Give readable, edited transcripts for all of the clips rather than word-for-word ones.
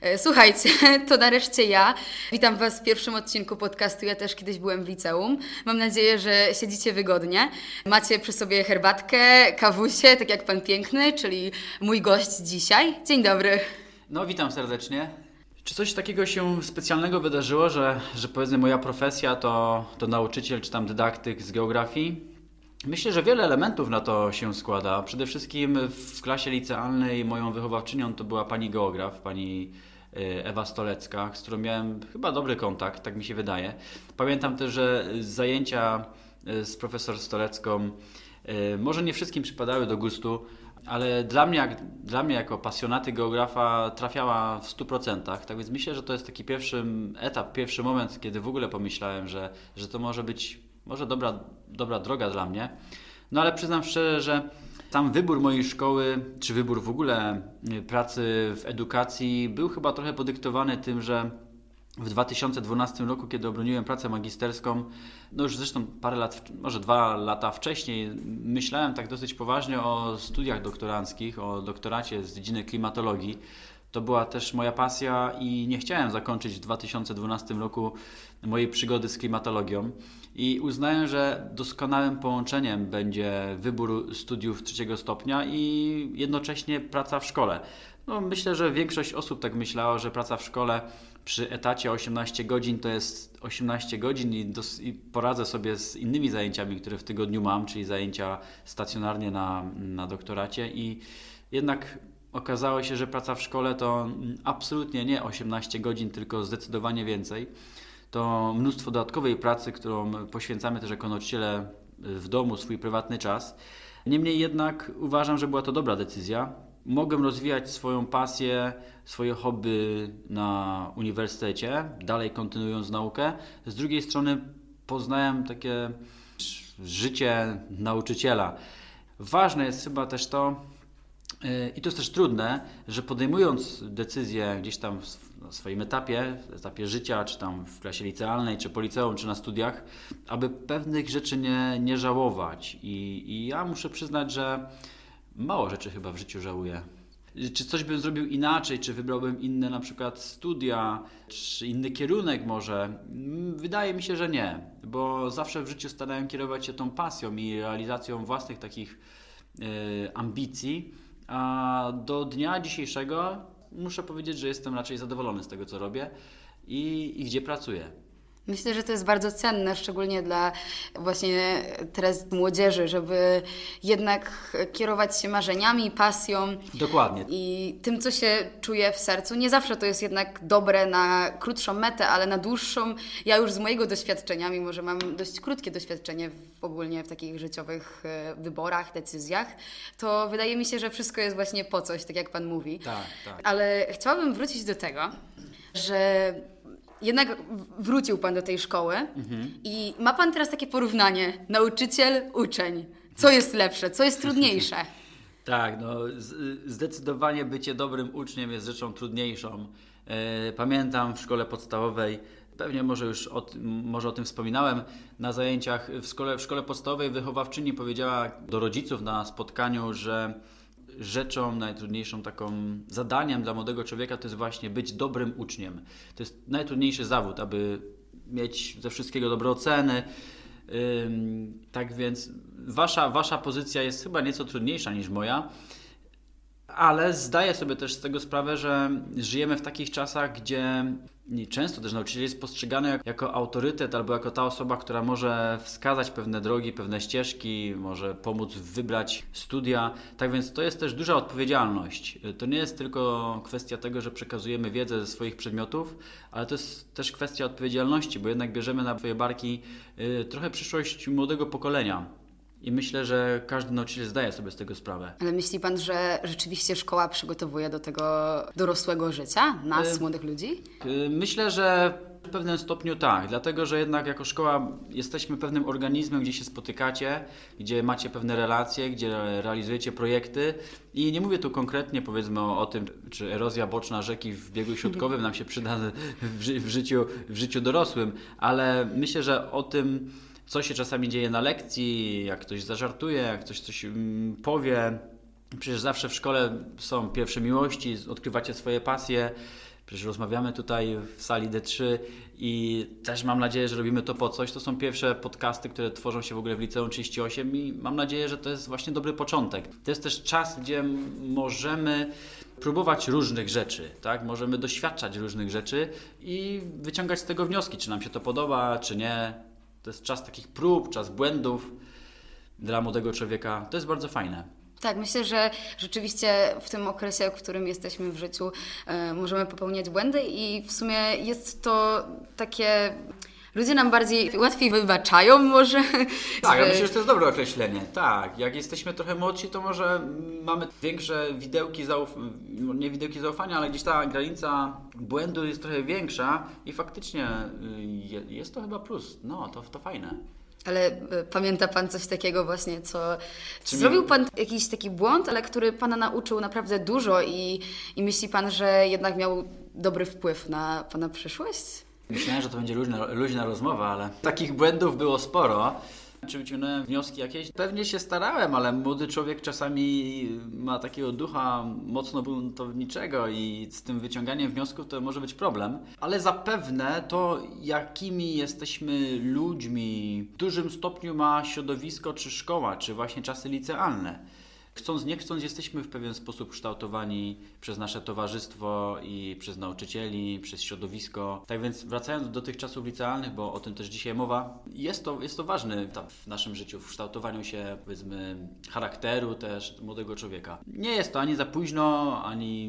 Słuchajcie, to nareszcie ja. Witam Was w pierwszym odcinku podcastu. Ja też kiedyś byłem w liceum. Mam nadzieję, że siedzicie wygodnie. Macie przy sobie herbatkę, kawusie, tak jak Pan Piękny, czyli mój gość dzisiaj. Dzień dobry. No, witam serdecznie. Czy coś takiego się specjalnego wydarzyło, że powiedzmy moja profesja to nauczyciel czy tam dydaktyk z geografii? Myślę, że wiele elementów na to się składa. Przede wszystkim w klasie licealnej moją wychowawczynią to była pani geograf, pani Ewa Stolecka, z którą miałem chyba dobry kontakt, tak mi się wydaje. Pamiętam też, że zajęcia z profesor Stolecką może nie wszystkim przypadały do gustu, ale dla mnie jako pasjonaty geografa trafiała w 100%. Tak więc myślę, że to jest taki pierwszy etap, pierwszy moment, kiedy w ogóle pomyślałem, że to może być dobra droga dla mnie. No ale przyznam szczerze, że sam wybór mojej szkoły, czy wybór w ogóle pracy w edukacji był chyba trochę podyktowany tym, że w 2012 roku, kiedy obroniłem pracę magisterską, no już zresztą parę lat, może 2 lata wcześniej, myślałem tak dosyć poważnie o studiach doktoranckich, o doktoracie z dziedziny klimatologii. To była też moja pasja i nie chciałem zakończyć w 2012 roku mojej przygody z klimatologią. I uznałem, że doskonałym połączeniem będzie wybór studiów 3 stopnia i jednocześnie praca w szkole. No, myślę, że większość osób tak myślało, że praca w szkole przy etacie 18 godzin to jest 18 godzin i poradzę sobie z innymi zajęciami, które w tygodniu mam, czyli zajęcia stacjonarnie na doktoracie. I jednak okazało się, że praca w szkole to absolutnie nie 18 godzin, tylko zdecydowanie więcej. To mnóstwo dodatkowej pracy, którą poświęcamy też jako nauczyciele w domu, swój prywatny czas. Niemniej jednak uważam, że była to dobra decyzja. Mogę rozwijać swoją pasję, swoje hobby na uniwersytecie, dalej kontynuując naukę. Z drugiej strony poznałem takie życie nauczyciela. Ważne jest chyba też to, i to jest też trudne, że podejmując decyzję gdzieś tam na swoim etapie życia, czy tam w klasie licealnej, czy po liceum, czy na studiach, aby pewnych rzeczy nie żałować. I ja muszę przyznać, że mało rzeczy chyba w życiu żałuję. Czy coś bym zrobił inaczej, czy wybrałbym inne na przykład studia, czy inny kierunek może? Wydaje mi się, że nie, bo zawsze w życiu starałem kierować się tą pasją i realizacją własnych takich ambicji, a do dnia dzisiejszego muszę powiedzieć, że jestem raczej zadowolony z tego, co robię i gdzie pracuję. Myślę, że to jest bardzo cenne, szczególnie dla właśnie teraz młodzieży, żeby jednak kierować się marzeniami, pasją. Dokładnie. I tym, co się czuje w sercu. Nie zawsze to jest jednak dobre na krótszą metę, ale na dłuższą. Ja już z mojego doświadczenia, mimo że mam dość krótkie doświadczenie ogólnie w takich życiowych wyborach, decyzjach, to wydaje mi się, że wszystko jest właśnie po coś, tak jak Pan mówi. Tak. Ale chciałabym wrócić do tego, że jednak wrócił Pan do tej szkoły i ma Pan teraz takie porównanie nauczyciel, uczeń. Co jest lepsze, co jest trudniejsze? Tak, no zdecydowanie bycie dobrym uczniem jest rzeczą trudniejszą. Pamiętam w szkole podstawowej, pewnie może już może o tym wspominałem, na zajęciach w szkole podstawowej wychowawczyni powiedziała do rodziców na spotkaniu, że rzeczą najtrudniejszą taką zadaniem dla młodego człowieka to jest właśnie być dobrym uczniem. To jest najtrudniejszy zawód, aby mieć ze wszystkiego dobre oceny. Tak więc wasza pozycja jest chyba nieco trudniejsza niż moja, ale zdaję sobie też z tego sprawę, że żyjemy w takich czasach, gdzie często też nauczyciel jest postrzegany jako autorytet albo jako ta osoba, która może wskazać pewne drogi, pewne ścieżki, może pomóc wybrać studia. Tak więc to jest też duża odpowiedzialność. To nie jest tylko kwestia tego, że przekazujemy wiedzę ze swoich przedmiotów, ale to jest też kwestia odpowiedzialności, bo jednak bierzemy na swoje barki trochę przyszłość młodego pokolenia. I myślę, że każdy nauczyciel zdaje sobie z tego sprawę. Ale myśli Pan, że rzeczywiście szkoła przygotowuje do tego dorosłego życia nas, młodych ludzi? Myślę, że w pewnym stopniu tak, dlatego że jednak jako szkoła jesteśmy pewnym organizmem, gdzie się spotykacie, gdzie macie pewne relacje, gdzie realizujecie projekty i nie mówię tu konkretnie powiedzmy o tym, czy erozja boczna rzeki w biegu środkowym nam się przyda w życiu dorosłym, ale myślę, że o tym, co się czasami dzieje na lekcji, jak ktoś zażartuje, jak ktoś coś powie. Przecież zawsze w szkole są pierwsze miłości, odkrywacie swoje pasje. Przecież rozmawiamy tutaj w sali D3 i też mam nadzieję, że robimy to po coś. To są pierwsze podcasty, które tworzą się w ogóle w Liceum 38 i mam nadzieję, że to jest właśnie dobry początek. To jest też czas, gdzie możemy próbować różnych rzeczy, tak? Możemy doświadczać różnych rzeczy i wyciągać z tego wnioski, czy nam się to podoba, czy nie. To jest czas takich prób, czas błędów dla młodego człowieka. To jest bardzo fajne. Tak, myślę, że rzeczywiście w tym okresie, w którym jesteśmy w życiu, możemy popełniać błędy i w sumie jest to takie... Ludzie nam łatwiej wybaczają może. Tak, ja myślę, że to jest dobre określenie. Tak, jak jesteśmy trochę młodsi, to może mamy większe nie widełki zaufania, ale gdzieś ta granica błędu jest trochę większa i faktycznie jest to chyba plus. No, to fajne. Ale pamięta Pan coś takiego właśnie, Czy zrobił Pan jakiś taki błąd, ale który Pana nauczył naprawdę dużo i myśli Pan, że jednak miał dobry wpływ na Pana przyszłość? Myślałem, że to będzie luźna rozmowa, ale takich błędów było sporo. Czy wyciągnąłem wnioski jakieś? Pewnie się starałem, ale młody człowiek czasami ma takiego ducha mocno buntowniczego i z tym wyciąganiem wniosków to może być problem. Ale zapewne to, jakimi jesteśmy ludźmi, w dużym stopniu ma środowisko, czy szkoła, czy właśnie czasy licealne. Chcąc, nie chcąc, jesteśmy w pewien sposób kształtowani przez nasze towarzystwo i przez nauczycieli, przez środowisko. Tak więc wracając do tych czasów licealnych, bo o tym też dzisiaj mowa, jest to ważny etap w naszym życiu, w kształtowaniu się, powiedzmy, charakteru też młodego człowieka. Nie jest to ani za późno,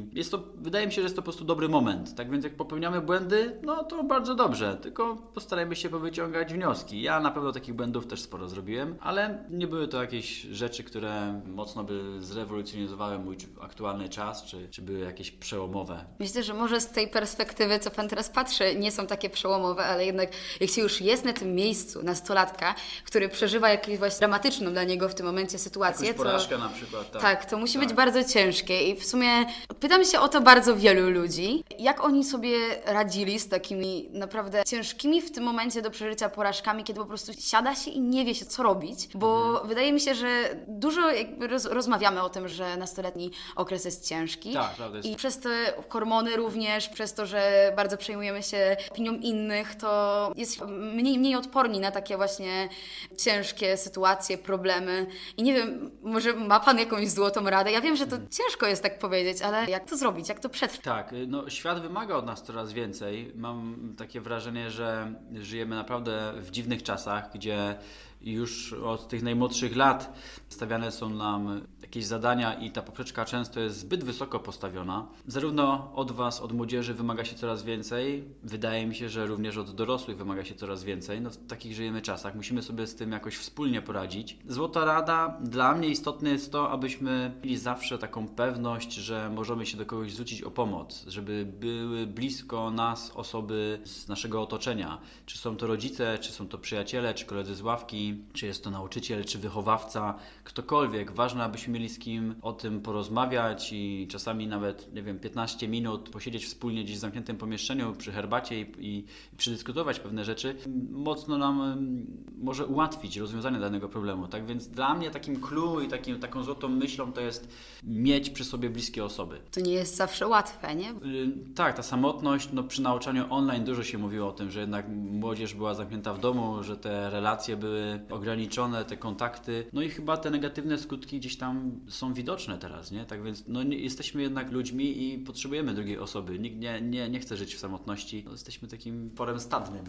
wydaje mi się, że jest to po prostu dobry moment. Tak więc jak popełniamy błędy, no to bardzo dobrze, tylko postarajmy się powyciągać wnioski. Ja na pewno takich błędów też sporo zrobiłem, ale nie były to jakieś rzeczy, które mocno by zrewolucjonizowały mój aktualny czas, czy były jakieś przełomowe. Myślę, że może z tej perspektywy, co Pan teraz patrzy, nie są takie przełomowe, ale jednak jak się już jest na tym miejscu, nastolatka, który przeżywa jakąś właśnie dramatyczną dla niego w tym momencie sytuację. Jakąś porażkę na przykład. Tak, to musi być bardzo ciężkie i w sumie pytam się o to bardzo wielu ludzi. Jak oni sobie radzili z takimi naprawdę ciężkimi w tym momencie do przeżycia porażkami, kiedy po prostu siada się i nie wie się, co robić, bo wydaje mi się, że dużo jakby rozmawiamy o tym, że nastoletni okres jest ciężki. Tak, prawda jest. I przez te hormony również, przez to, że bardzo przejmujemy się opinią innych, to jest mniej odporni na takie właśnie ciężkie sytuacje, problemy. I nie wiem, może ma Pan jakąś złotą radę? Ja wiem, że to ciężko jest tak powiedzieć, ale jak to zrobić? Jak to przetrwać? Tak, no świat wymaga od nas coraz więcej. Mam takie wrażenie, że żyjemy naprawdę w dziwnych czasach, gdzie już od tych najmłodszych lat stawiane są nam jakieś zadania i ta poprzeczka często jest zbyt wysoko postawiona. Zarówno od Was, od młodzieży wymaga się coraz więcej. Wydaje mi się, że również od dorosłych wymaga się coraz więcej. No, w takich żyjemy czasach. Musimy sobie z tym jakoś wspólnie poradzić. Złota rada. Dla mnie istotne jest to, abyśmy mieli zawsze taką pewność, że możemy się do kogoś zwrócić o pomoc. Żeby były blisko nas osoby z naszego otoczenia. Czy są to rodzice, czy są to przyjaciele, czy koledzy z ławki, czy jest to nauczyciel, czy wychowawca, ktokolwiek. Ważne, abyśmy mieli z kim o tym porozmawiać i czasami nawet, 15 minut posiedzieć wspólnie gdzieś w zamkniętym pomieszczeniu przy herbacie i przedyskutować pewne rzeczy. Mocno nam może ułatwić rozwiązanie danego problemu. Tak więc dla mnie takim clue i taką złotą myślą to jest mieć przy sobie bliskie osoby. To nie jest zawsze łatwe, nie? Tak, ta samotność, przy nauczaniu online dużo się mówiło o tym, że jednak młodzież była zamknięta w domu, że te relacje były ograniczone, te kontakty, no i chyba te negatywne skutki gdzieś tam są widoczne teraz, nie? Tak więc jesteśmy jednak ludźmi i potrzebujemy drugiej osoby. Nikt nie chce żyć w samotności. Jesteśmy takim porem stadnym.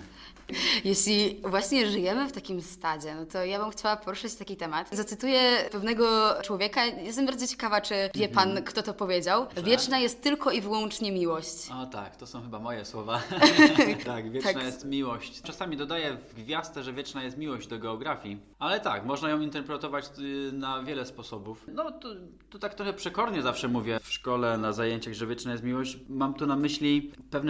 Jeśli właśnie żyjemy w takim stadzie, no to ja bym chciała poruszyć taki temat. Zacytuję pewnego człowieka. Jestem bardzo ciekawa, czy wie Pan, kto to powiedział. Że? Wieczna jest tylko i wyłącznie miłość. O tak, to są chyba moje słowa. Tak, wieczna jest miłość. Czasami dodaję w gwiazdkę, że wieczna jest miłość do geografii. Ale tak, można ją interpretować na wiele sposobów. No to tak trochę przekornie zawsze mówię w szkole, na zajęciach, że wieczna jest miłość. Mam tu na myśli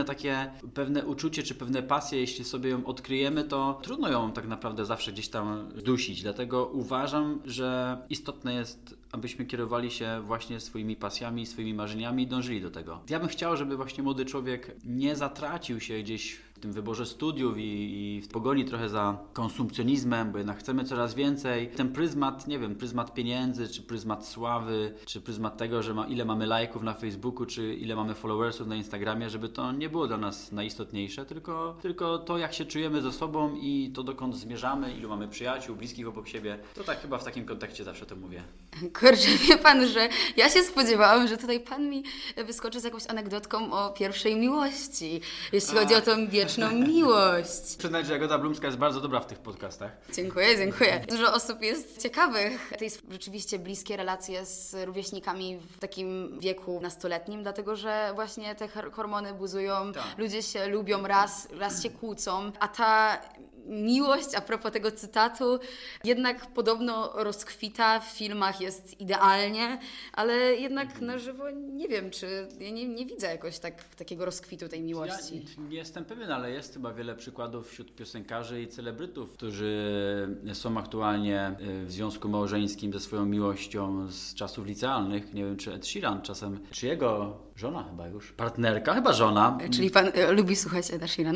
pewne uczucie czy pewne pasje, jeśli sobie ją odkryjemy, to trudno ją tak naprawdę zawsze gdzieś tam dusić. Dlatego uważam, że istotne jest, abyśmy kierowali się właśnie swoimi pasjami, swoimi marzeniami i dążyli do tego. Ja bym chciał, żeby właśnie młody człowiek nie zatracił się gdzieś w tym wyborze studiów i w pogoni trochę za konsumpcjonizmem, bo jednak chcemy coraz więcej. Ten pryzmat, nie wiem, pryzmat pieniędzy, czy pryzmat sławy, czy pryzmat tego, że ile mamy lajków na Facebooku, czy ile mamy followersów na Instagramie, żeby to nie było dla nas najistotniejsze, tylko to, jak się czujemy ze sobą i to, dokąd zmierzamy, ilu mamy przyjaciół, bliskich obok siebie. To tak chyba w takim kontekście zawsze to mówię. Kurczę, wie pan, że ja się spodziewałam, że tutaj pan mi wyskoczy z jakąś anegdotką o pierwszej miłości, jeśli chodzi o tą wieczną miłość. Przyznać, że Jagoda Blumska jest bardzo dobra w tych podcastach. Dziękuję. Dużo osób jest ciekawych. To jest rzeczywiście bliskie relacje z rówieśnikami w takim wieku nastoletnim, dlatego że właśnie te hormony buzują, tak. Ludzie się lubią, raz się kłócą, a ta miłość, a propos tego cytatu, jednak podobno rozkwita, w filmach jest idealnie, ale jednak na żywo nie wiem, czy ja nie widzę jakoś takiego rozkwitu tej miłości. Ja nie jestem pewien, ale jest chyba wiele przykładów wśród piosenkarzy i celebrytów, którzy są aktualnie w związku małżeńskim ze swoją miłością z czasów licealnych. Nie wiem, czy Ed Sheeran czasem, czy jego żona chyba już, partnerka, chyba żona. Czyli pan lubi słuchać Eda Sheerana?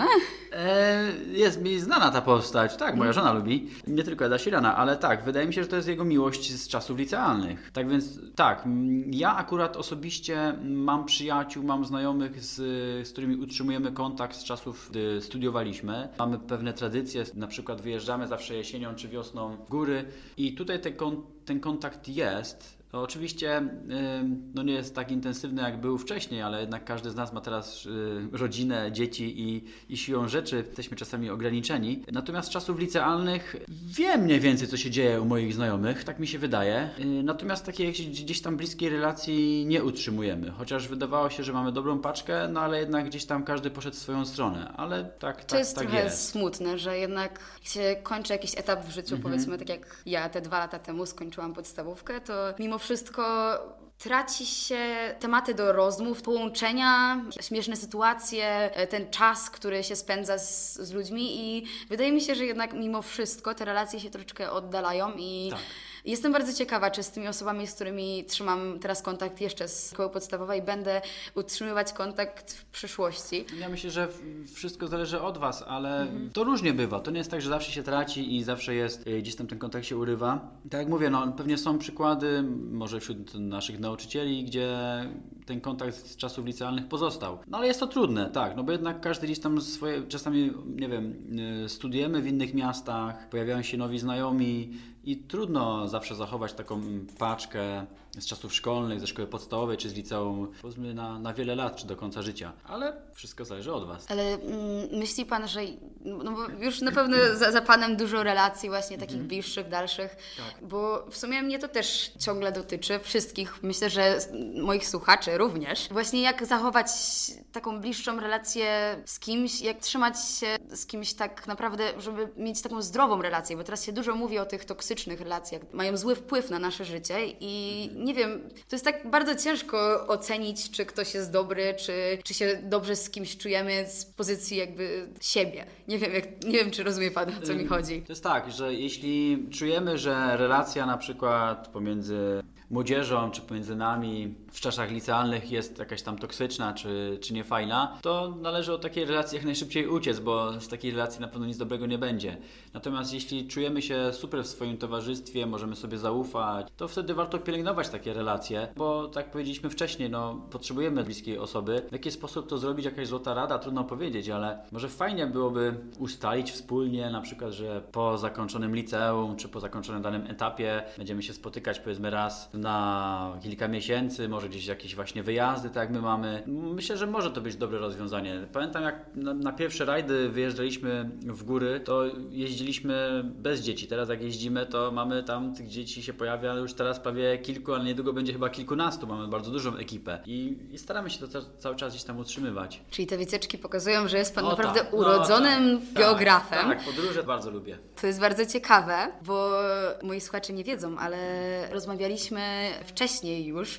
Jest mi znana ta postać, tak, moja żona lubi, nie tylko Eda Sheerana, ale tak, wydaje mi się, że to jest jego miłość z czasów licealnych. Tak więc, tak, ja akurat osobiście mam przyjaciół, mam znajomych, z którymi utrzymujemy kontakt z czasów, gdy studiowaliśmy. Mamy pewne tradycje, na przykład wyjeżdżamy zawsze jesienią czy wiosną w góry i tutaj ten kontakt jest. To oczywiście nie jest tak intensywny, jak był wcześniej, ale jednak każdy z nas ma teraz rodzinę, dzieci i siłą rzeczy jesteśmy czasami ograniczeni. Natomiast z czasów licealnych wiem mniej więcej, co się dzieje u moich znajomych, tak mi się wydaje. Natomiast takiej gdzieś tam bliskiej relacji nie utrzymujemy. Chociaż wydawało się, że mamy dobrą paczkę, no ale jednak gdzieś tam każdy poszedł w swoją stronę. Ale tak to jest tak trochę jest. Smutne, że jednak się kończy jakiś etap w życiu, powiedzmy tak jak ja te 2 lata temu skończyłam podstawówkę, to mimo wszystko traci się tematy do rozmów, połączenia, śmieszne sytuacje, ten czas, który się spędza z ludźmi i wydaje mi się, że jednak mimo wszystko te relacje się troszeczkę oddalają i tak. Jestem bardzo ciekawa, czy z tymi osobami, z którymi trzymam teraz kontakt jeszcze z szkoły podstawowej, będę utrzymywać kontakt w przyszłości. Ja myślę, że wszystko zależy od Was, ale to różnie bywa. To nie jest tak, że zawsze się traci i zawsze jest, gdzieś tam ten kontakt się urywa. Tak jak mówię, pewnie są przykłady, może wśród naszych nauczycieli, gdzie ten kontakt z czasów licealnych pozostał. No ale jest to trudne, tak, bo jednak każdy gdzieś tam czasami, nie wiem, studujemy w innych miastach, pojawiają się nowi znajomi i trudno zawsze zachować taką paczkę z czasów szkolnych, ze szkoły podstawowej czy z liceum, powiedzmy na wiele lat czy do końca życia. Ale wszystko zależy od Was. Ale myśli Pan, że bo już na pewno za Panem dużo relacji właśnie takich bliższych, dalszych, tak. Bo w sumie mnie to też ciągle dotyczy wszystkich, myślę, że moich słuchaczy również. Właśnie jak zachować taką bliższą relację z kimś, jak trzymać się z kimś tak naprawdę, żeby mieć taką zdrową relację, bo teraz się dużo mówi o tych toksycznych relacjach, mają zły wpływ na nasze życie i nie wiem, to jest tak bardzo ciężko ocenić, czy ktoś jest dobry, czy się dobrze z kimś czujemy z pozycji jakby siebie. Nie wiem, czy rozumie Pan, o co mi chodzi. To jest tak, że jeśli czujemy, że relacja na przykład pomiędzy młodzieżą, czy pomiędzy nami w czasach licealnych jest jakaś tam toksyczna, czy niefajna, to należy od takiej relacji jak najszybciej uciec, bo z takiej relacji na pewno nic dobrego nie będzie. Natomiast jeśli czujemy się super w swoim towarzystwie, możemy sobie zaufać, to wtedy warto pielęgnować takie relacje, bo tak jak powiedzieliśmy wcześniej, potrzebujemy bliskiej osoby. W jaki sposób to zrobić, jakaś złota rada, trudno powiedzieć, ale może fajnie byłoby ustalić wspólnie, na przykład, że po zakończonym liceum, czy po zakończonym danym etapie będziemy się spotykać powiedzmy raz na kilka miesięcy, może gdzieś jakieś właśnie wyjazdy, tak jak my mamy. Myślę, że może to być dobre rozwiązanie. Pamiętam, jak na pierwsze rajdy wyjeżdżaliśmy w góry, to jeździliśmy bez dzieci. Teraz jak jeździmy, to mamy tam tych dzieci się pojawia już teraz prawie kilku, ale niedługo będzie chyba kilkunastu. Mamy bardzo dużą ekipę i staramy się to cały czas gdzieś tam utrzymywać. Czyli te wycieczki pokazują, że jest Pan naprawdę urodzonym geografem. Tak, podróże bardzo lubię. To jest bardzo ciekawe, bo moi słuchacze nie wiedzą, ale rozmawialiśmy wcześniej już, mieliśmy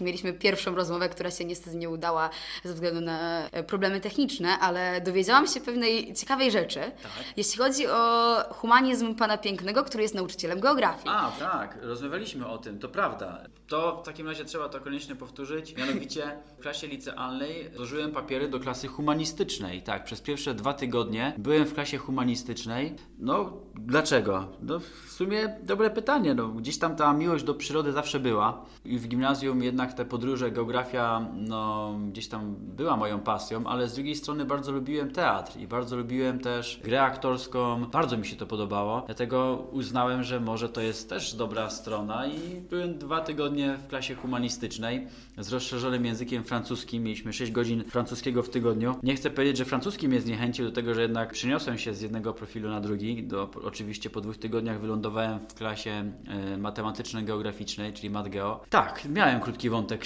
pierwszą rozmowę, która się niestety nie udała ze względu na problemy techniczne, ale dowiedziałam się pewnej ciekawej rzeczy, jeśli chodzi o humanizm pana Pięknego, który jest nauczycielem geografii. A, tak, rozmawialiśmy o tym, to prawda. To w takim razie trzeba to koniecznie powtórzyć. Mianowicie w klasie licealnej złożyłem papiery do klasy humanistycznej. Tak, przez pierwsze 2 tygodnie byłem w klasie humanistycznej. No, dlaczego? No, w sumie dobre pytanie. No, gdzieś tam ta miłość do przyrody zawsze była. I w gimnazjum jednak te podróże, geografia, no, gdzieś tam była moją pasją, ale z drugiej strony bardzo lubiłem teatr i bardzo lubiłem też grę aktorską. Bardzo mi się to podobało. Dlatego uznałem, że może to jest też dobra strona i byłem 2 tygodnie w klasie humanistycznej z rozszerzonym językiem francuskim. Mieliśmy 6 godzin francuskiego w tygodniu. Nie chcę powiedzieć, że francuski mnie zniechęcił do tego, że jednak przeniosłem się z jednego profilu na drugi. Oczywiście po 2 tygodniach wylądowałem w klasie matematyczno-geograficznej, czyli MatGeo. Tak, miałem krótki wątek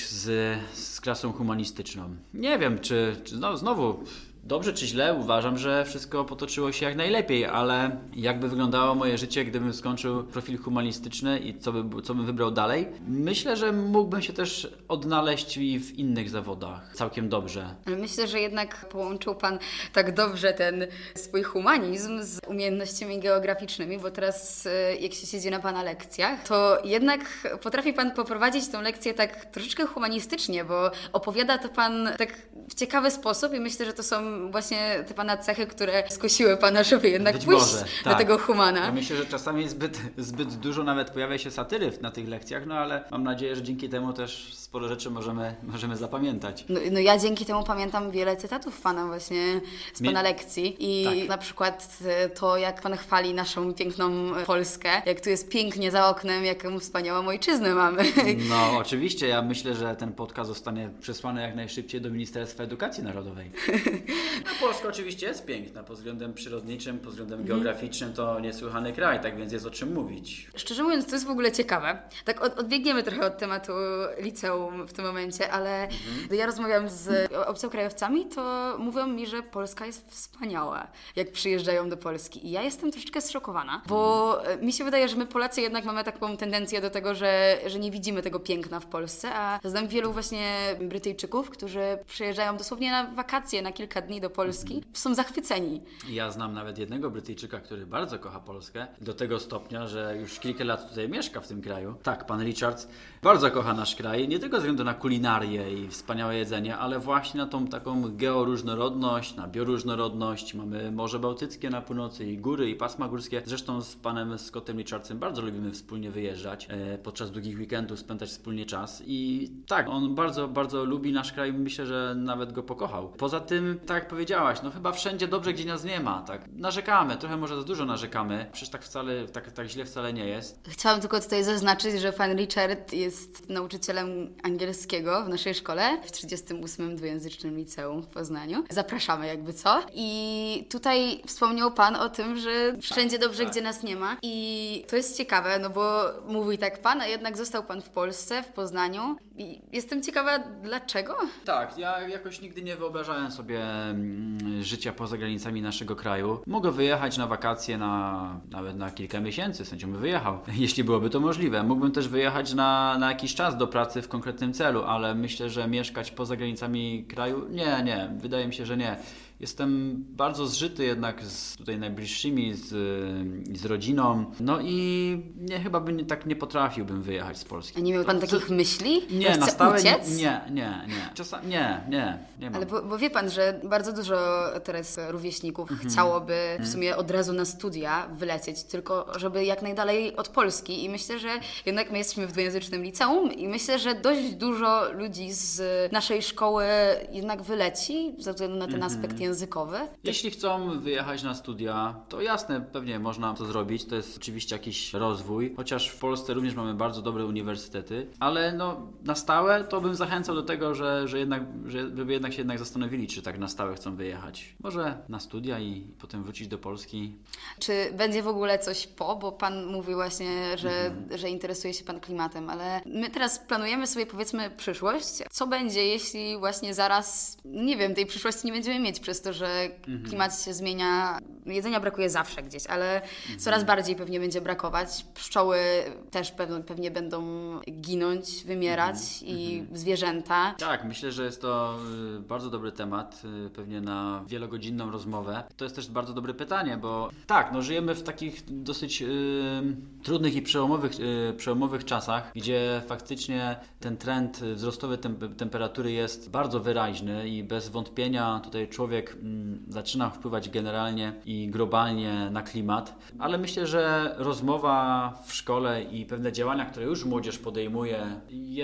z klasą humanistyczną. Nie wiem, czy no, znowu dobrze czy źle, uważam, że wszystko potoczyło się jak najlepiej, ale jakby wyglądało moje życie, gdybym skończył profil humanistyczny i co bym wybrał dalej? Myślę, że mógłbym się też odnaleźć i w innych zawodach całkiem dobrze. Ale myślę, że jednak połączył Pan tak dobrze ten swój humanizm z umiejętnościami geograficznymi, bo teraz jak się siedzi na Pana lekcjach, to jednak potrafi Pan poprowadzić tę lekcję tak troszeczkę humanistycznie, bo opowiada to Pan tak w ciekawy sposób i myślę, że to są właśnie te Pana cechy, które skusiły Pana, żeby jednak pójść do tego humana. Ja myślę, że czasami zbyt dużo nawet pojawia się satyry na tych lekcjach, no ale mam nadzieję, że dzięki temu też sporo rzeczy możemy zapamiętać. No ja dzięki temu pamiętam wiele cytatów Pana właśnie z Pana lekcji i na przykład to, jak Pan chwali naszą piękną Polskę, jak tu jest pięknie za oknem, jaką wspaniałą ojczyznę mamy. No oczywiście, ja myślę, że ten podcast zostanie przesłany jak najszybciej do Ministerstwa Edukacji Narodowej. No, Polska oczywiście jest piękna pod względem przyrodniczym, pod względem geograficznym, to niesłychany kraj, tak więc jest o czym mówić. Szczerze mówiąc, to jest w ogóle ciekawe. Tak odbiegniemy trochę od tematu liceum w tym momencie, ale gdy ja rozmawiam z obcokrajowcami, to mówią mi, że Polska jest wspaniała, jak przyjeżdżają do Polski. I ja jestem troszeczkę zszokowana, bo mi się wydaje, że my Polacy jednak mamy taką tendencję do tego, że nie widzimy tego piękna w Polsce, a znam wielu właśnie Brytyjczyków, którzy przyjeżdżają dosłownie na wakacje, na kilka dni do Polski, są zachwyceni. Ja znam nawet jednego Brytyjczyka, który bardzo kocha Polskę, do tego stopnia, że już kilka lat tutaj mieszka w tym kraju. Tak, pan Richards bardzo kocha nasz kraj, nie tylko ze względu na kulinarię i wspaniałe jedzenie, ale właśnie na tą taką georóżnorodność, na bioróżnorodność. Mamy Morze Bałtyckie na północy i góry i pasma górskie. Zresztą z panem Scottem Richardsem bardzo lubimy wspólnie wyjeżdżać, podczas długich weekendów spędzać wspólnie czas i tak, on bardzo, bardzo lubi nasz kraj, myślę, że nawet go pokochał. Poza tym, tak jak powiedziałaś, no chyba wszędzie dobrze, gdzie nas nie ma, tak. Narzekamy, trochę może za dużo narzekamy, przecież tak wcale, tak źle wcale nie jest. Chciałam tylko tutaj zaznaczyć, że pan Richard jest nauczycielem angielskiego w naszej szkole, w 38. dwujęzycznym liceum w Poznaniu. Zapraszamy jakby co. I tutaj wspomniał pan o tym, że wszędzie dobrze, gdzie nas nie ma. I to jest ciekawe, no bo mówi tak pan, a jednak został pan w Polsce, w Poznaniu. I jestem ciekawa, dlaczego? Tak, ja jakoś nigdy nie wyobrażałem sobie życia poza granicami naszego kraju. Mogę wyjechać na wakacje nawet na kilka miesięcy, sędzia by wyjechał, jeśli byłoby to możliwe. Mógłbym też wyjechać na jakiś czas do pracy w konkretnym celu, ale myślę, że mieszkać poza granicami kraju? Nie, wydaje mi się, że nie. Jestem bardzo zżyty jednak z tutaj najbliższymi, z rodziną. No i chyba tak nie potrafiłbym wyjechać z Polski. A nie miał pan takich myśli? Nie, na stałe uciec? Nie. Czasami nie mam. Ale bo wie pan, że bardzo dużo teraz rówieśników chciałoby w sumie od razu na studia wylecieć, tylko żeby jak najdalej od Polski. I myślę, że jednak my jesteśmy w dwujęzycznym liceum i myślę, że dość dużo ludzi z naszej szkoły jednak wyleci ze względu na ten aspekt językowy. Jeśli chcą wyjechać na studia, to jasne, pewnie można to zrobić. To jest oczywiście jakiś rozwój, chociaż w Polsce również mamy bardzo dobre uniwersytety, ale na stałe to bym zachęcał do tego, żeby jednak się jednak zastanowili, czy tak na stałe chcą wyjechać. Może na studia i potem wrócić do Polski. Czy będzie w ogóle coś bo pan mówi właśnie, że interesuje się pan klimatem, ale my teraz planujemy sobie powiedzmy przyszłość. Co będzie, jeśli właśnie zaraz, nie wiem, tej przyszłości nie będziemy mieć przez to, że klimat się zmienia Jedzenia brakuje zawsze gdzieś, ale coraz bardziej pewnie będzie brakować. Pszczoły też pewnie będą ginąć, wymierać i zwierzęta. Tak, myślę, że jest to bardzo dobry temat, pewnie na wielogodzinną rozmowę. To jest też bardzo dobre pytanie, bo tak, no żyjemy w takich dosyć trudnych i przełomowych czasach, gdzie faktycznie ten trend wzrostowy temperatury jest bardzo wyraźny i bez wątpienia tutaj człowiek zaczyna wpływać generalnie i globalnie na klimat, ale myślę, że rozmowa w szkole i pewne działania, które już młodzież podejmuje,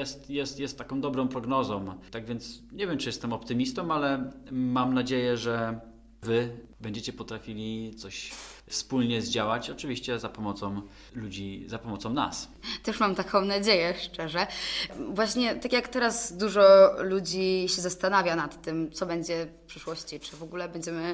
jest taką dobrą prognozą. Tak więc nie wiem, czy jestem optymistą, ale mam nadzieję, że Wy będziecie potrafili coś wspólnie zdziałać, oczywiście za pomocą ludzi, za pomocą nas. Też mam taką nadzieję, szczerze. Właśnie tak jak teraz dużo ludzi się zastanawia nad tym, co będzie w przyszłości, czy w ogóle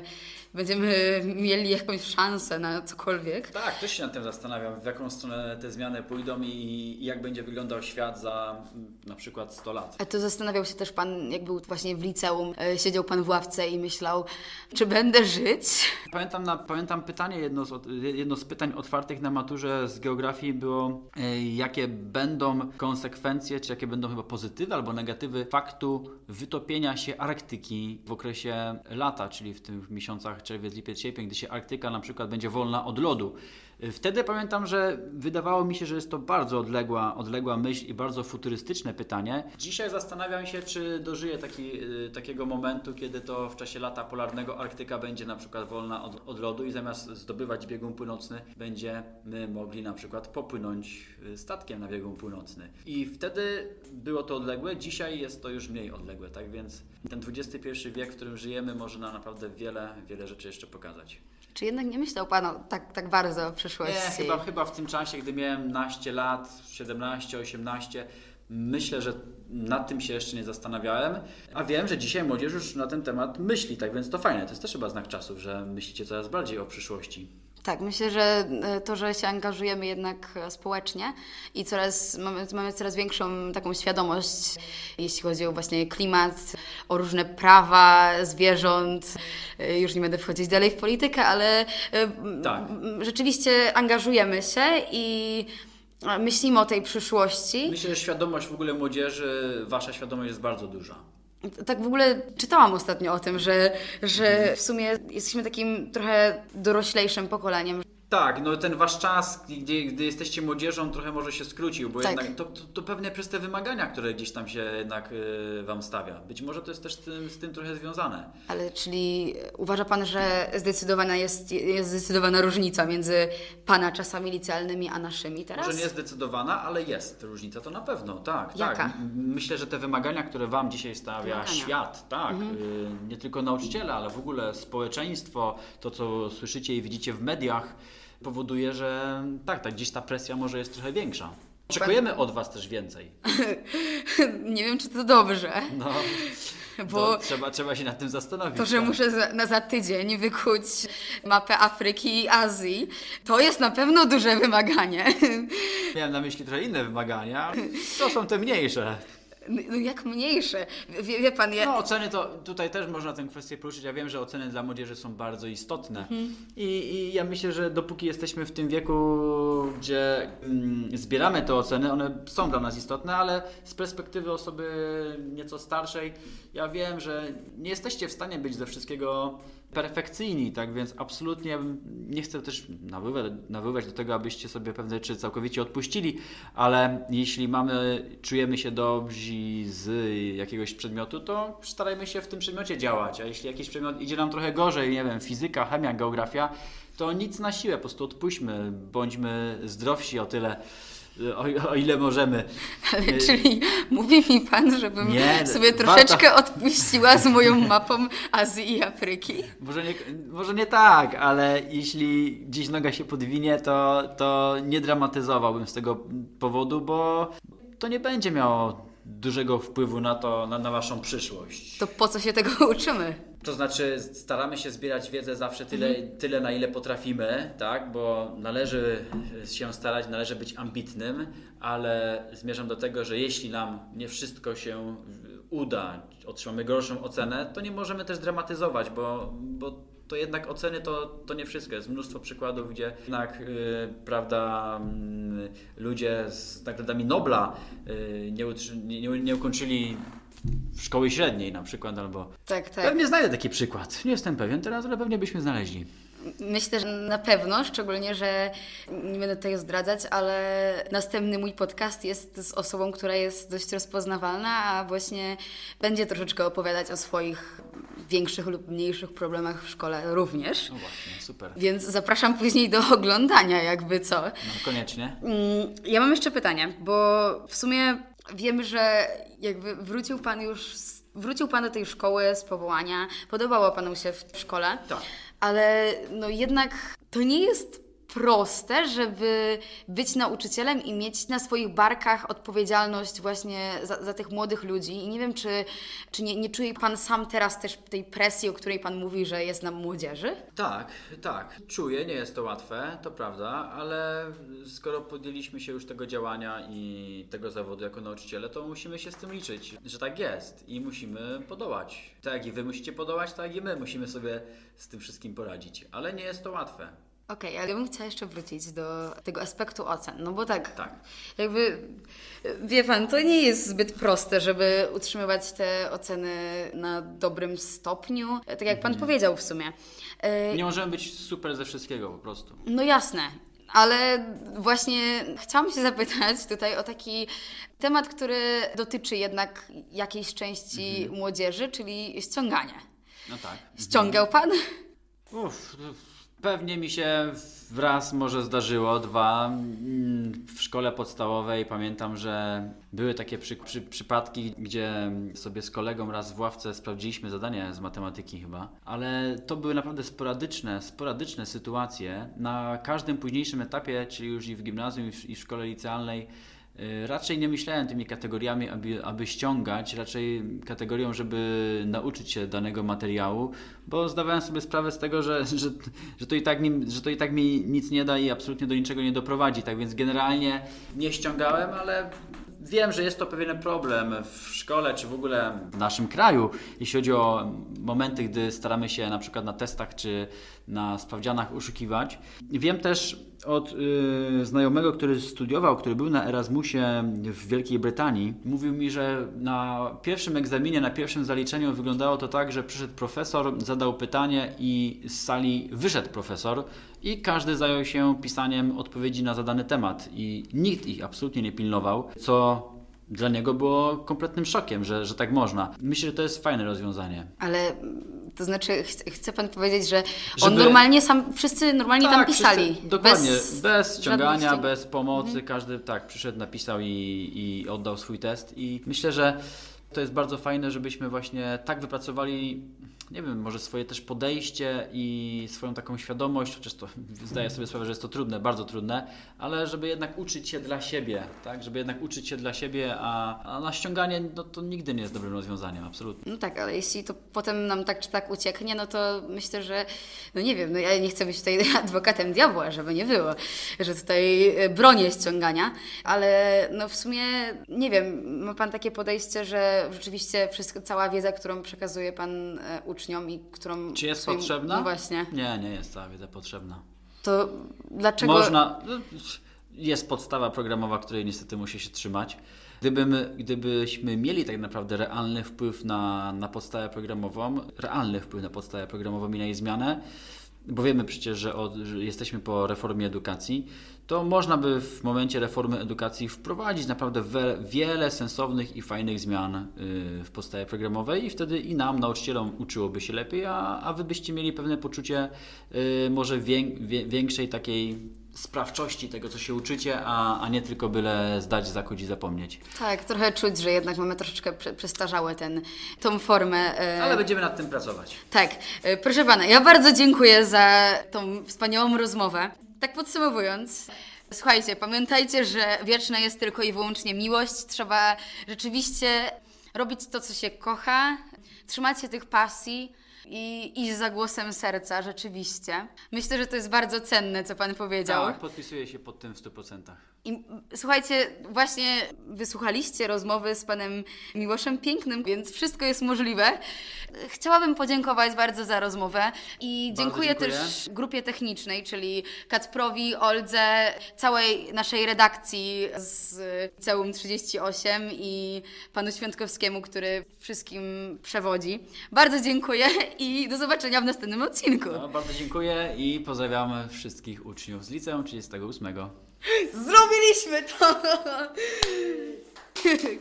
będziemy mieli jakąś szansę na cokolwiek. Tak, też się nad tym zastanawiam, w jaką stronę te zmiany pójdą i jak będzie wyglądał świat za na przykład 100 lat. A to zastanawiał się też Pan, jak był właśnie w liceum, siedział Pan w ławce i myślał, czy będę żyć? Pamiętam pytanie, jedno z pytań otwartych na maturze z geografii było, jakie będą konsekwencje, czy jakie będą chyba pozytywy albo negatywy faktu wytopienia się Arktyki w okresie lata, czyli w tych miesiącach czerwiec, lipiec, sierpień, gdy się Arktyka na przykład będzie wolna od lodu. Wtedy pamiętam, że wydawało mi się, że jest to bardzo odległa myśl i bardzo futurystyczne pytanie. Dzisiaj zastanawiam się, czy dożyję takiego momentu, kiedy to w czasie lata polarnego Arktyka będzie na przykład wolna od lodu i zamiast zdobywać biegun północny, będziemy mogli na przykład popłynąć statkiem na biegun północny. I wtedy było to odległe, dzisiaj jest to już mniej odległe, tak więc ten XXI wiek, w którym żyjemy, może nam naprawdę wiele rzeczy jeszcze pokazać. Czy jednak nie myślał Pan tak bardzo o przyszłości? Nie, chyba w tym czasie, gdy miałem naście lat, 17, 18, myślę, że nad tym się jeszcze nie zastanawiałem, a wiem, że dzisiaj młodzież już na ten temat myśli, tak więc to fajne. To jest też chyba znak czasów, że myślicie coraz bardziej o przyszłości. Tak, myślę, że to, że się angażujemy jednak społecznie i mamy coraz większą taką świadomość, jeśli chodzi o właśnie klimat, o różne prawa zwierząt. Już nie będę wchodzić dalej w politykę, ale tak. Rzeczywiście angażujemy się i myślimy o tej przyszłości. Myślę, że świadomość w ogóle młodzieży, wasza świadomość jest bardzo duża. Tak w ogóle czytałam ostatnio o tym, że w sumie jesteśmy takim trochę doroślejszym pokoleniem. Tak, no ten wasz czas, gdy jesteście młodzieżą, trochę może się skrócił, bo tak. Jednak to pewnie przez te wymagania, które gdzieś tam się jednak wam stawia. Być może to jest też z tym trochę związane. Ale czyli uważa Pan, że jest zdecydowana różnica między Pana czasami licealnymi a naszymi teraz? Może nie zdecydowana, ale jest różnica, to na pewno, tak. Jaka? Tak. Myślę, że te wymagania, które wam dzisiaj stawia świat, tak, nie tylko nauczyciele, ale w ogóle społeczeństwo, to co słyszycie i widzicie w mediach, powoduje, że tak, gdzieś ta presja może jest trochę większa. Oczekujemy od was też więcej. Nie wiem, czy to dobrze. No, bo trzeba się nad tym zastanowić. To, że muszę za tydzień wykuć mapę Afryki i Azji, to jest na pewno duże wymaganie. Miałem na myśli trochę inne wymagania. To są te mniejsze. No jak mniejsze? Wie Pan... No oceny to tutaj też można tę kwestię poruszyć. Ja wiem, że oceny dla młodzieży są bardzo istotne. I ja myślę, że dopóki jesteśmy w tym wieku, gdzie zbieramy te oceny, one są dla nas istotne, ale z perspektywy osoby nieco starszej, ja wiem, że nie jesteście w stanie być ze wszystkiego perfekcyjni, tak więc absolutnie nie chcę też nawoływać do tego, abyście sobie pewne rzeczy całkowicie odpuścili, ale jeśli czujemy się dobrzy z jakiegoś przedmiotu, to starajmy się w tym przedmiocie działać, a jeśli jakiś przedmiot idzie nam trochę gorzej, nie wiem, fizyka, chemia, geografia, to nic na siłę, po prostu odpuśćmy, bądźmy zdrowsi o tyle, o ile możemy. Ale czyli mówi mi Pan, żebym sobie troszeczkę odpuściła z moją mapą Azji i Afryki? Może nie tak, ale jeśli gdzieś noga się podwinie, to nie dramatyzowałbym z tego powodu, bo to nie będzie miało dużego wpływu na waszą przyszłość. To po co się tego uczymy? To znaczy staramy się zbierać wiedzę zawsze tyle, na ile potrafimy, tak? Bo należy się starać, należy być ambitnym, ale zmierzam do tego, że jeśli nam nie wszystko się uda, otrzymamy gorszą ocenę, to nie możemy też dramatyzować, bo to jednak oceny to nie wszystko. Jest mnóstwo przykładów, gdzie jednak prawda, ludzie z nagrodami Nobla nie ukończyli szkoły średniej na przykład, albo... Tak. Pewnie znajdę taki przykład. Nie jestem pewien teraz, ale pewnie byśmy znaleźli. Myślę, że na pewno, szczególnie, że nie będę tutaj zdradzać, ale następny mój podcast jest z osobą, która jest dość rozpoznawalna, a właśnie będzie troszeczkę opowiadać o swoich większych lub mniejszych problemach w szkole również. No właśnie, super. Więc zapraszam później do oglądania, jakby co. No, koniecznie. Ja mam jeszcze pytanie, bo w sumie wiemy, że jakby wrócił Pan do tej szkoły z powołania, podobało Panu się w szkole. Tak. Ale no jednak to nie jest proste, żeby być nauczycielem i mieć na swoich barkach odpowiedzialność właśnie za tych młodych ludzi. I nie wiem, czy nie czuje Pan sam teraz też tej presji, o której Pan mówi, że jest na młodzieży? Tak. Czuję, nie jest to łatwe, to prawda, ale skoro podjęliśmy się już tego działania i tego zawodu jako nauczyciele, to musimy się z tym liczyć, że tak jest i musimy podołać. Tak jak i Wy musicie podołać, tak jak i my musimy sobie z tym wszystkim poradzić, ale nie jest to łatwe. Okej, ale ja bym chciała jeszcze wrócić do tego aspektu ocen, no bo tak, Tak. jakby, wie Pan, to nie jest zbyt proste, żeby utrzymywać te oceny na dobrym stopniu, tak jak Pan powiedział w sumie. Nie możemy być super ze wszystkiego po prostu. No jasne, ale właśnie chciałam się zapytać tutaj o taki temat, który dotyczy jednak jakiejś części młodzieży, czyli ściąganie. No tak. Ściągał Pan? Pewnie mi się raz może zdarzyło, dwa. W szkole podstawowej pamiętam, że były takie przypadki, gdzie sobie z kolegą raz w ławce sprawdziliśmy zadanie z matematyki chyba, ale to były naprawdę sporadyczne sytuacje. Na każdym późniejszym etapie, czyli już i w gimnazjum, i w szkole licealnej, raczej nie myślałem tymi kategoriami, aby ściągać, raczej kategorią, żeby nauczyć się danego materiału, bo zdawałem sobie sprawę z tego, że to i tak mi nic nie da i absolutnie do niczego nie doprowadzi. Tak więc generalnie nie ściągałem, ale wiem, że jest to pewien problem w szkole, czy w ogóle w naszym kraju, jeśli chodzi o momenty, gdy staramy się na przykład na testach, czy na sprawdzianach oszukiwać. Wiem też od znajomego, który studiował, który był na Erasmusie w Wielkiej Brytanii, mówił mi, że na pierwszym egzaminie, na pierwszym zaliczeniu wyglądało to tak, że przyszedł profesor, zadał pytanie i z sali wyszedł profesor i każdy zajął się pisaniem odpowiedzi na zadany temat i nikt ich absolutnie nie pilnował, co dla niego było kompletnym szokiem, że tak można. Myślę, że to jest fajne rozwiązanie. Ale to znaczy, chce Pan powiedzieć, że on wszyscy normalnie tam pisali? Wszyscy, dokładnie, bez ściągania, bez pomocy, każdy przyszedł, napisał i oddał swój test i myślę, że to jest bardzo fajne, żebyśmy właśnie tak wypracowali, nie wiem, może swoje też podejście i swoją taką świadomość, chociaż to zdaję sobie sprawę, że jest to trudne, bardzo trudne, ale żeby jednak uczyć się dla siebie, tak? Żeby jednak uczyć się dla siebie, a na ściąganie to nigdy nie jest dobrym rozwiązaniem, absolutnie. No tak, ale jeśli to potem nam tak czy tak ucieknie, no to myślę, że, no nie wiem, no ja nie chcę być tutaj adwokatem diabła, żeby nie było, że tutaj bronię ściągania, ale no w sumie, nie wiem, ma Pan takie podejście, że rzeczywiście cała wiedza, którą przekazuje Pan uczniom i którą... Czy jest potrzebna? No właśnie. Nie jest cała wiedza potrzebna. To dlaczego... Jest podstawa programowa, której niestety musi się trzymać. Gdybyśmy mieli tak naprawdę realny wpływ na podstawę programową i na jej zmianę, bo wiemy przecież, że jesteśmy po reformie edukacji, to można by w momencie reformy edukacji wprowadzić naprawdę wiele sensownych i fajnych zmian w podstawie programowej i wtedy i nam, nauczycielom, uczyłoby się lepiej, a wy byście mieli pewne poczucie może większej takiej sprawczości tego, co się uczycie, a nie tylko byle zdać, zakuć i zapomnieć. Tak, trochę czuć, że jednak mamy troszeczkę przestarzałe tą formę. Ale będziemy nad tym pracować. Tak. Proszę Pana, ja bardzo dziękuję za tą wspaniałą rozmowę. Tak podsumowując, słuchajcie, pamiętajcie, że wieczna jest tylko i wyłącznie miłość. Trzeba rzeczywiście robić to, co się kocha, trzymać się tych pasji, i iść za głosem serca, rzeczywiście. Myślę, że to jest bardzo cenne, co Pan powiedział. Tak, podpisuję się pod tym w 100%. I słuchajcie, właśnie wysłuchaliście rozmowy z Panem Miłoszem Pięknym, więc wszystko jest możliwe. Chciałabym podziękować bardzo za rozmowę i dziękuję też grupie technicznej, czyli Kacprowi, Oldze, całej naszej redakcji z Liceum 38 i Panu Świątkowskiemu, który wszystkim przewodzi. Bardzo dziękuję i do zobaczenia w następnym odcinku. No, bardzo dziękuję i pozdrawiam wszystkich uczniów z Liceum 38. Zrobiliśmy to!